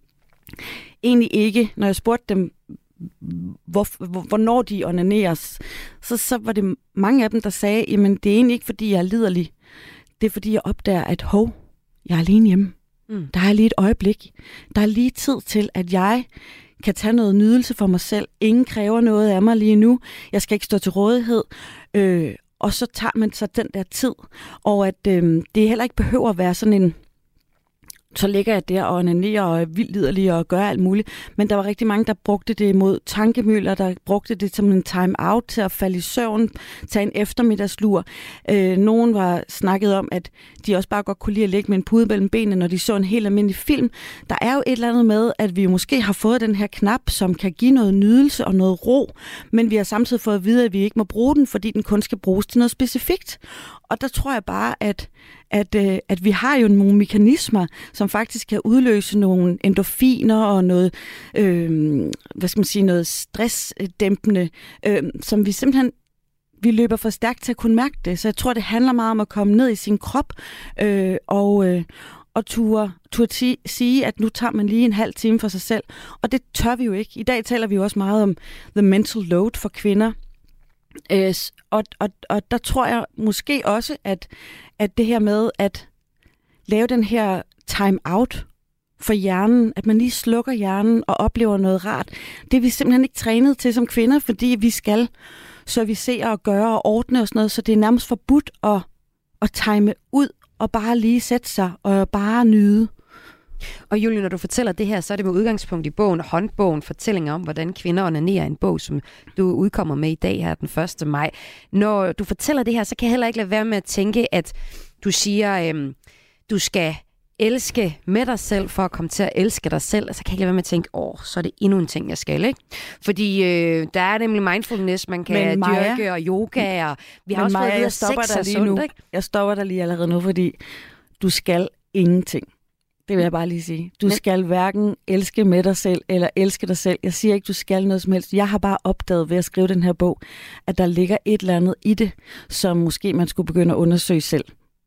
egentlig ikke, når jeg spurgte dem, Hvor, hvornår de onaneres, så, så var det mange af dem, der sagde, jamen det er egentlig ikke, fordi jeg er liderlig. Det er, fordi jeg opdager, at hov, jeg er alene hjemme. Mm. Der er lige et øjeblik. Der er lige tid til, at jeg kan tage noget nydelse for mig selv. Ingen kræver noget af mig lige nu. Jeg skal ikke stå til rådighed. Øh, og så tager man så den der tid. Og at øh, det heller ikke behøver at være sådan en, så ligger jeg der og onanerer og er vildt liderlig og gør alt muligt. Men der var rigtig mange, der brugte det mod tankemøller, der brugte det som en time-out til at falde i søvn, tage en eftermiddagslur. Øh, nogen var snakket om, at de også bare godt kunne lide at ligge med en pude mellem benene, når de så en helt almindelig film. Der er jo et eller andet med, at vi måske har fået den her knap, som kan give noget nydelse og noget ro, men vi har samtidig fået at vide, at vi ikke må bruge den, fordi den kun skal bruges til noget specifikt. Og der tror jeg bare, at At, øh, at vi har jo nogle mekanismer, som faktisk kan udløse nogle endorfiner og noget, øh, hvad skal man sige, noget stressdæmpende, øh, som vi simpelthen vi løber for stærkt til at kunne mærke det. Så jeg tror, det handler meget om at komme ned i sin krop øh, og, øh, og turde, turde ti, sige, at nu tager man lige en halv time for sig selv. Og det tør vi jo ikke. I dag taler vi jo også meget om the mental load for kvinder. Øh, og, og, og der tror jeg måske også, at, at det her med at lave den her time-out for hjernen, at man lige slukker hjernen og oplever noget rart, det er vi simpelthen ikke trænet til som kvinder, fordi vi skal servicere og gøre og ordne og sådan noget, så det er nærmest forbudt at, at time ud og bare lige sætte sig og bare nyde. Og Julie, når du fortæller det her, så er det med udgangspunkt i bogen, håndbogen, fortællinger om, hvordan kvinder onanerer, en bog, som du udkommer med i dag her den første maj. Når du fortæller det her, så kan jeg heller ikke lade være med at tænke, at du siger, øhm, du skal elske med dig selv for at komme til at elske dig selv. Så kan jeg ikke lade være med at tænke, åh, så er det endnu en ting, jeg skal, ikke? Fordi øh, der er nemlig mindfulness, man kan Maja, dyrke, og yoga, og vi har også Maja, fået at vide, at sex er sundt, ikke? Jeg stopper dig lige allerede nu, fordi du skal ingenting. Det vil jeg bare lige sige. Du Men... skal hverken elske med dig selv, eller elske dig selv. Jeg siger ikke, du skal noget som helst. Jeg har bare opdaget ved at skrive den her bog, at der ligger et eller andet i det, som måske man skulle begynde at undersøge selv.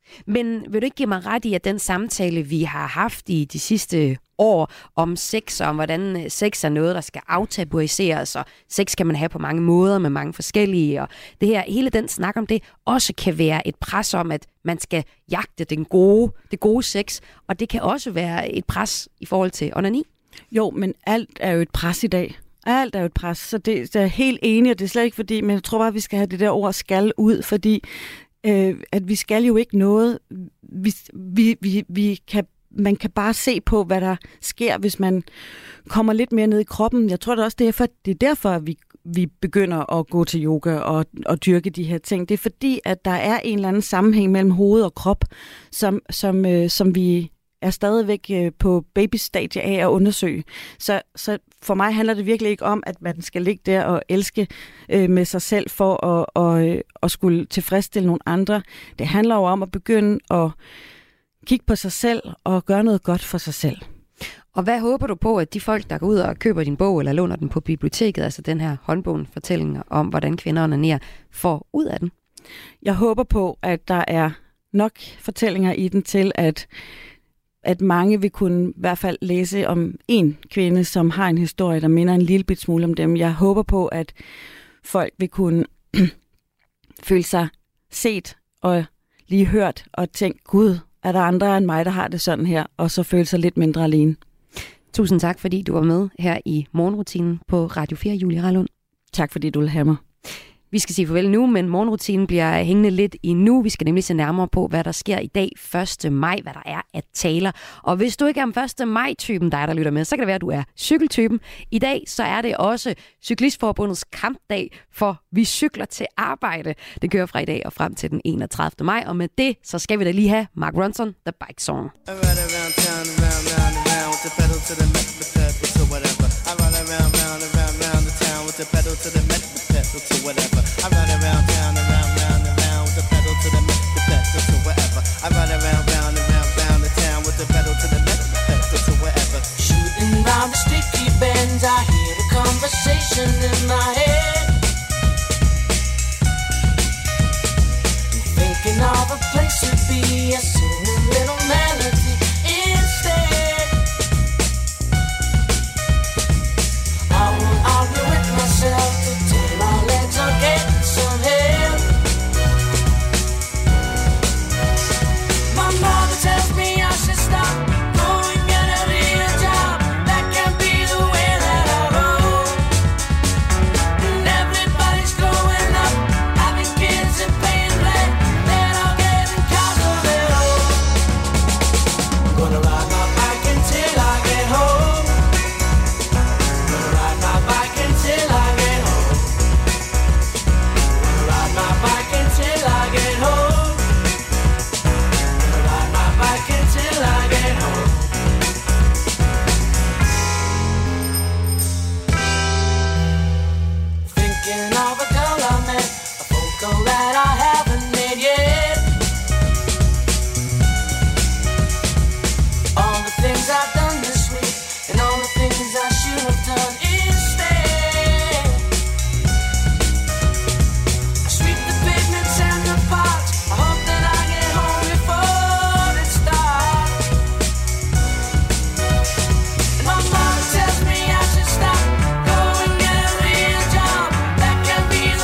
Men vil du ikke give mig ret i, at den samtale, vi har haft i de sidste år om sex, og om hvordan sex er noget, der skal aftabuiseres, og sex kan man have på mange måder med mange forskellige, og det her, hele den snak om det, også kan være et pres om, at man skal jagte den gode, det gode sex, og det kan også være et pres i forhold til onani? Jo, men alt er jo et pres i dag. Alt er jo et pres, så det, det er helt enig, og det er slet ikke fordi, men jeg tror bare, at vi skal have det der ord skal ud, fordi øh, at vi skal jo ikke noget. Vi, vi, vi, vi kan, man kan bare se på, hvad der sker, hvis man kommer lidt mere ned i kroppen. Jeg tror det også, det er, for, det er derfor, at vi, vi begynder at gå til yoga og, og dyrke de her ting. Det er fordi, at der er en eller anden sammenhæng mellem hoved og krop, som, som, øh, som vi er stadigvæk på babystadie af at undersøge. Så, så for mig handler det virkelig ikke om, at man skal ligge der og elske øh, med sig selv for at, og, og skulle tilfredsstille nogle andre. Det handler jo om at begynde at kigge på sig selv og gøre noget godt for sig selv. Og hvad håber du på, at de folk, der går ud og køber din bog eller låner den på biblioteket, altså den her håndbogen fortællinger om, hvordan kvinder onanerer, får ud af den? Jeg håber på, at der er nok fortællinger i den til, at at mange vil kunne i hvert fald læse om en kvinde, som har en historie, der minder en lille bit smule om dem. Jeg håber på, at folk vil kunne føle sig set og lige hørt og tænke, gud, er der andre end mig, der har det sådan her, og så føle sig lidt mindre alene. Tusind tak, fordi du var med her i morgenrutinen på Radio fire, Julie Rallund. Tak, fordi du vil have mig. Vi skal sige farvel nu, men morgenrutinen bliver hængende lidt endnu. Vi skal nemlig se nærmere på, hvad der sker i dag første maj, hvad der er at taler. Og hvis du ikke er om første maj-typen, dig der lytter med, så kan det være, at du er cykeltypen. I dag så er det også Cyklistforbundets kampdag, for vi cykler til arbejde. Det kører fra i dag og frem til den enogtredivte maj, og med det, så skal vi da lige have Mark Ronson, The Bike Song. The pedal to the metal, the pedal to whatever. I ride around, round, around, round, and round with the pedal to the metal, the pedal to whatever. I ride around, round, and round, round the town with the pedal to the metal, the pedal to whatever. Shooting round the sticky bends, I hear the conversation in my head. Thinking of a place to be, I sing a little melody instead. I won't argue with myself till my legs are getting some help. My mother tells me I should stop, go and get a real job. That can't be the way that I roll. And everybody's growing up, having kids and paying rent. They're all getting cars of their own. I'm gonna ride my bike until I get home. Gonna ride my bike until I get home. Gonna ride my bike until I get home. Gonna ride my bike until I get home. Thinking of a girl I met, a phone call that I haven't made yet. All the things I've done this week, and all the things I should have done instead. I sweep the pavements and the parks, I hope that I get home before it starts. And my mom tells me I should stop, go and get a real job. That can't be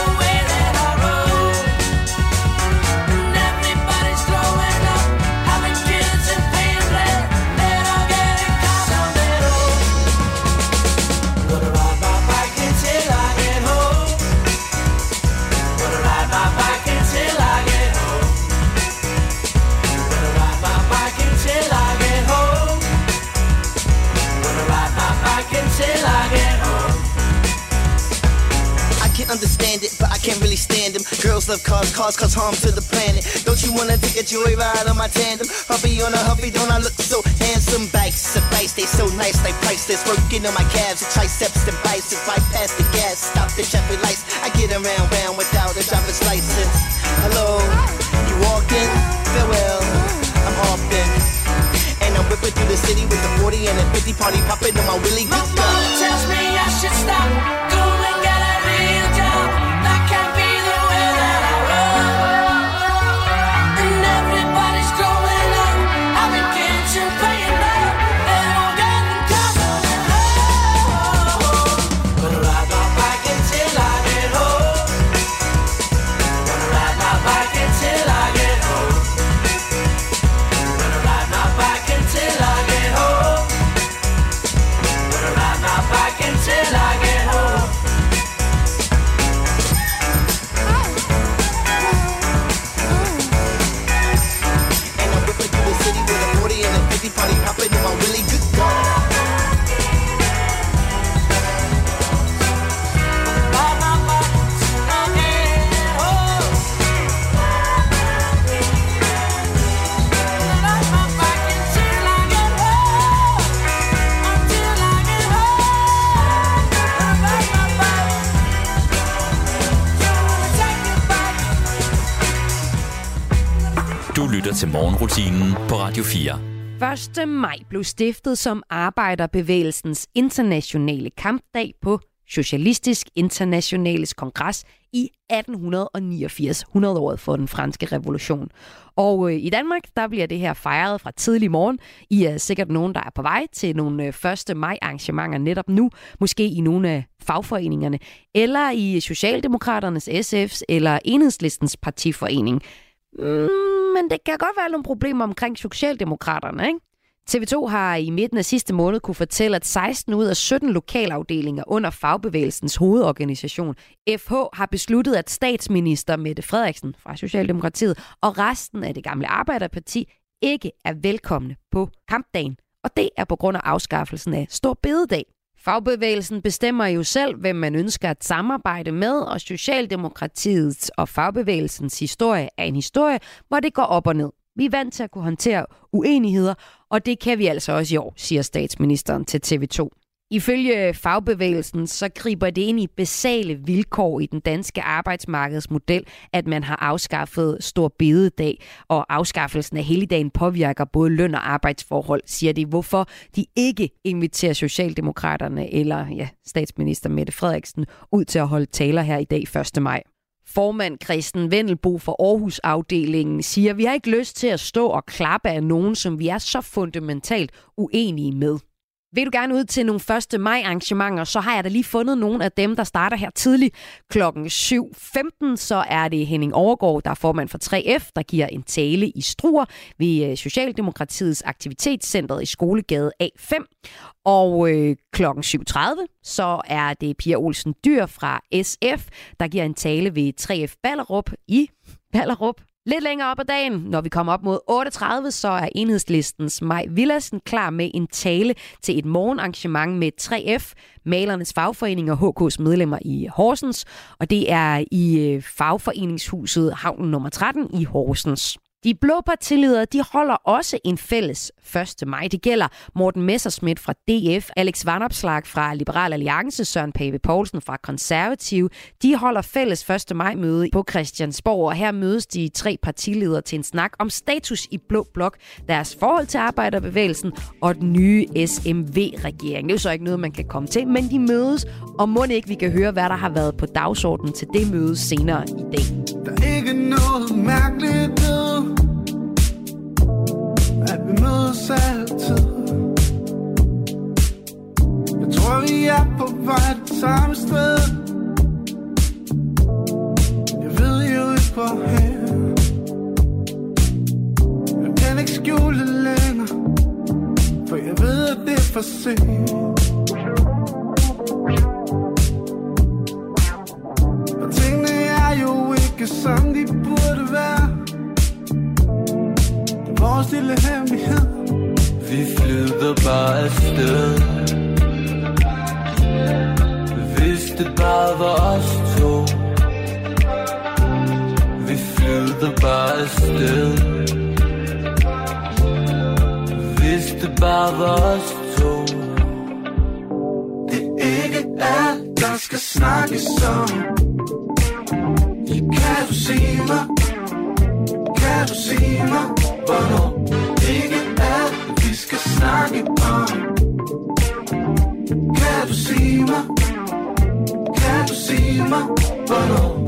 can understand it, but I can't really stand them. Girls love cars, cars cause harm to the planet. Don't you wanna take a joyride on my tandem? Huffy on a Huffy, don't I look so handsome? Bikes, a bikes, they so nice, like priceless. Working on my calves, the triceps and biceps. Bypass the gas, stop the traffic lights. I get around, round without a driver's license. Hello, you walk in, farewell, I'm off in. And I'm whipping through the city with the forty and the fifty party popping on my Willie. My mama tells me I should stop. Go and get a real job. That can't be the way that I roll. And everybody's growing up. I've been kitchen paying up. And I'm getting coming home. Gonna ride my bike until I get home. Gonna ride my bike until I get home. Gonna ride my bike until I get home. Gonna ride my bike until I get home. And I'm whipping through the city with a forty and a fifty party popping on my Willie. Good God. Ride my bike until I get home. Gonna ride my bike until I get home. Until I get home. Gonna ride my bike. Gonna take it back. Du lytter til morgenrutinen på Radio fire. første maj blev stiftet som Arbejderbevægelsens internationale kampdag på Socialistisk Internationales Kongres i atten niogfirs, hundrede-året for den franske revolution. Og øh, i Danmark, der bliver det her fejret fra tidlig morgen. I er sikkert nogen, der er på vej til nogle øh, første maj arrangementer netop nu. Måske i nogle af fagforeningerne, eller i Socialdemokraternes, S F's eller Enhedslistens partiforening. Mm, men det kan godt være nogle problemer omkring Socialdemokraterne, ikke? T V to har i midten af sidste måned kunne fortælle, at seksten ud af sytten lokalafdelinger under fagbevægelsens hovedorganisation F H har besluttet, at statsminister Mette Frederiksen fra Socialdemokratiet og resten af det gamle Arbejderparti ikke er velkomne på kampdagen. Og det er på grund af afskaffelsen af Stor Bededag. Fagbevægelsen bestemmer jo selv, hvem man ønsker at samarbejde med, og Socialdemokratiets og fagbevægelsens historie er en historie, hvor det går op og ned. Vi er vant til at kunne håndtere uenigheder, og det kan vi altså også i år, siger statsministeren til T V to. Ifølge fagbevægelsen så griber det ind i basale vilkår i den danske arbejdsmarkedsmodel, at man har afskaffet Stor Bededag, og afskaffelsen af helligdagen påvirker både løn og arbejdsforhold, siger de, hvorfor de ikke inviterer Socialdemokraterne eller ja, statsminister Mette Frederiksen ud til at holde taler her i dag første maj. Formand Christen Vendelbo for Aarhus-afdelingen siger, at vi har ikke lyst til at stå og klappe af nogen, som vi er så fundamentalt uenige med. Vil du gerne ud til nogle første maj arrangementer, så har jeg da lige fundet nogle af dem, der starter her tidligt. Klokken syv femten, så er det Henning Overgaard, der er formand for tre F, der giver en tale i Struer ved Socialdemokratiets aktivitetscentret i Skolegade A fem. Og øh, klokken syv tredive, så er det Pia Olsen Dyr fra S F, der giver en tale ved tre F Ballerup i Ballerup. Lidt længere op ad dagen, når vi kommer op mod otte tredive, så er Enhedslistens Maj Villadsen klar med en tale til et morgenarrangement med tre F, malernes fagforening og H K's medlemmer i Horsens. Og det er i fagforeningshuset Havnen nummer tretten i Horsens. De blå partiledere, de holder også en fælles første maj. Det gælder Morten Messerschmidt fra D F, Alex Vanopslagh fra Liberal Alliance, Søren Pape Poulsen fra Konservative. De holder fælles første maj møde på Christiansborg, og her mødes de tre partiledere til en snak om status i Blå Blok, deres forhold til arbejderbevægelsen og den nye S M V-regering. Det er jo så ikke noget, man kan komme til, men de mødes, og må ikke vi kan høre, hvad der har været på dagsordenen til det møde senere i dag. Der er ikke noget mærkeligt ved, at vi mødes altid. Jeg tror, vi er på vej det samme sted. Jeg ved jo ikke, hvorhen. Jeg kan ikke skjule det længere, for jeg ved, at det er for sent. Og tingene er jo ikke, som de burde være. Vores lille hemmelighed. Vi flyder bare afsted. Hvis det bare var os to. flyder bare afsted. Hvis det bare var os to. Det er ikke alt, der skal snakkes om. Kan du sige mig? Kan du sige mig? Hvornår? Ikke alt, vi skal snakke om. Kan du sige mig? Kan du sige mig? Hvornår?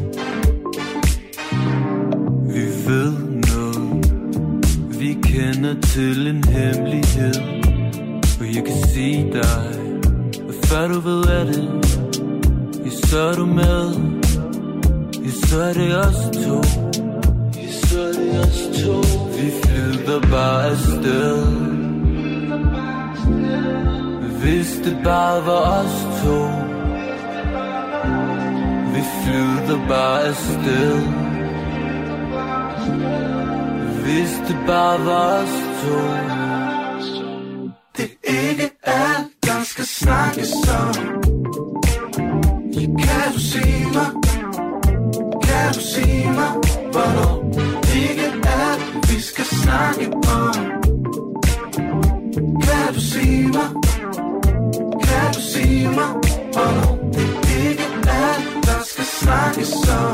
Vi ved noget. Vi kender til en hemmelighed. Og jeg kan sige dig, og før du ved af det, ja, så er du med. Ja, så er det os to. Ja, så er det os to. Vi flyder bare afsted. Hvis det bare var os to. Vi flyder bare afsted. Hvis det bare var os to. Det er ikke alt, der skal snakkes om. Kan du sige mig? Kan du sige mig? Hvornår? Ikke alt, vi skal snakke om. Kan du sige mig? Kan du sige mig? Hvornår? Det er ikke alt, der skal snakkes om.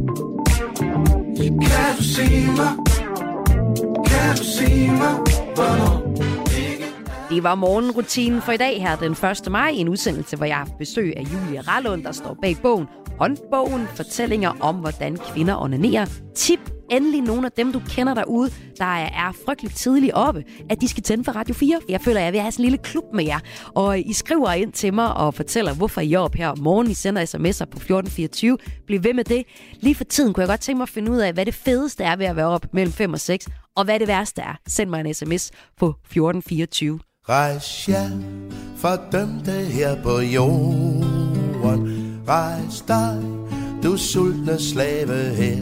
Kan du sige mig? Kan du sige mig? Hvornår? Det var morgenrutinen for i dag her den første maj. En udsendelse, hvor jeg har besøg af Julie Rallund, der står bag bogen Håndbogen. Fortællinger om, hvordan kvinder onanerer. Tip endelig nogle af dem, du kender derude, der er frygteligt tidligt oppe, at de skal tænde for Radio fire. Jeg føler, at jeg vil have sådan en lille klub med jer. Og I skriver ind til mig og fortæller, hvorfor I er op her om morgenen. I sender sms'er på fjorten fireogtyve. Bliv ved med det. Lige for tiden kunne jeg godt tænke mig at finde ud af, hvad det fedeste er ved at være op mellem fem og seks. Og hvad det værste er. Send mig en sms på fjorten fireogtyve. Rejs hjem, fordømte her på jorden. Rejs dig, du sultne slave her.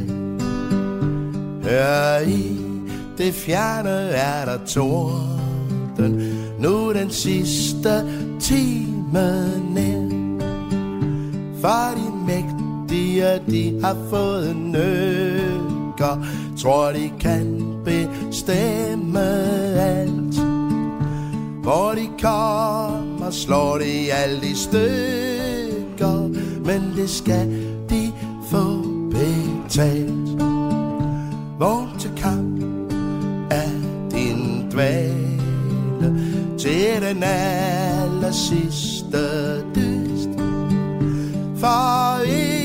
Hør i, det fjerne er der torden. Nu den sidste time nær. For de mægtige, de har fået nøkker. Tror de kan bestemme alt. Hvor de kommer, slår de alt i stykker. Men det skal de få betalt. Vågn til kamp er din dvale. Til den aller sidste dyst. For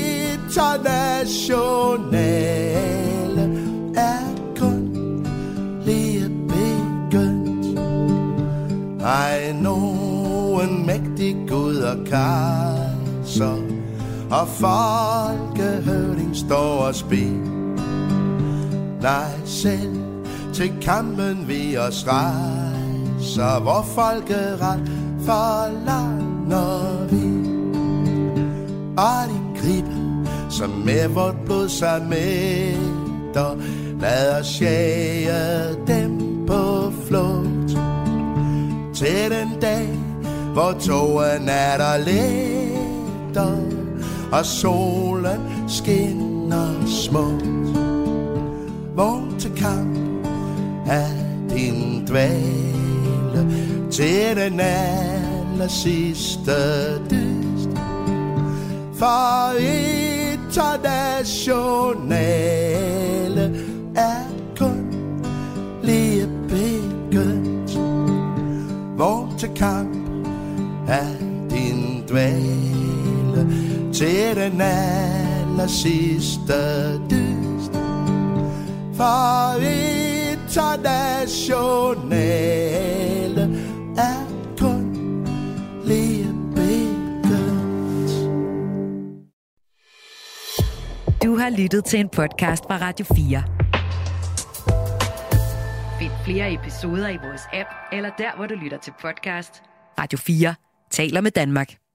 internationale er kun lige begyndt. Ej, nogen mægtig Gud og kejser og folkehøvding står og spil. Nej, selv til kampen vi os rejser, hvor folkeret forlanger vi. Og de griber, som med vort blod sig mætter, lad os jage dem på flugt. Til den dag, hvor togen er der letter, og solen skinner smukt. Vågn til kamp er din dvale, til den aller sidste dyst. For internationale er kun lige begyndt. Vågn til kamp er din dvale, til den aller sidste dyst. For internationale er kun lige begyndt. Du har lyttet til en podcast fra Radio fire. Find flere episoder i vores app, eller der, hvor du lytter til podcast. Radio fire taler med Danmark.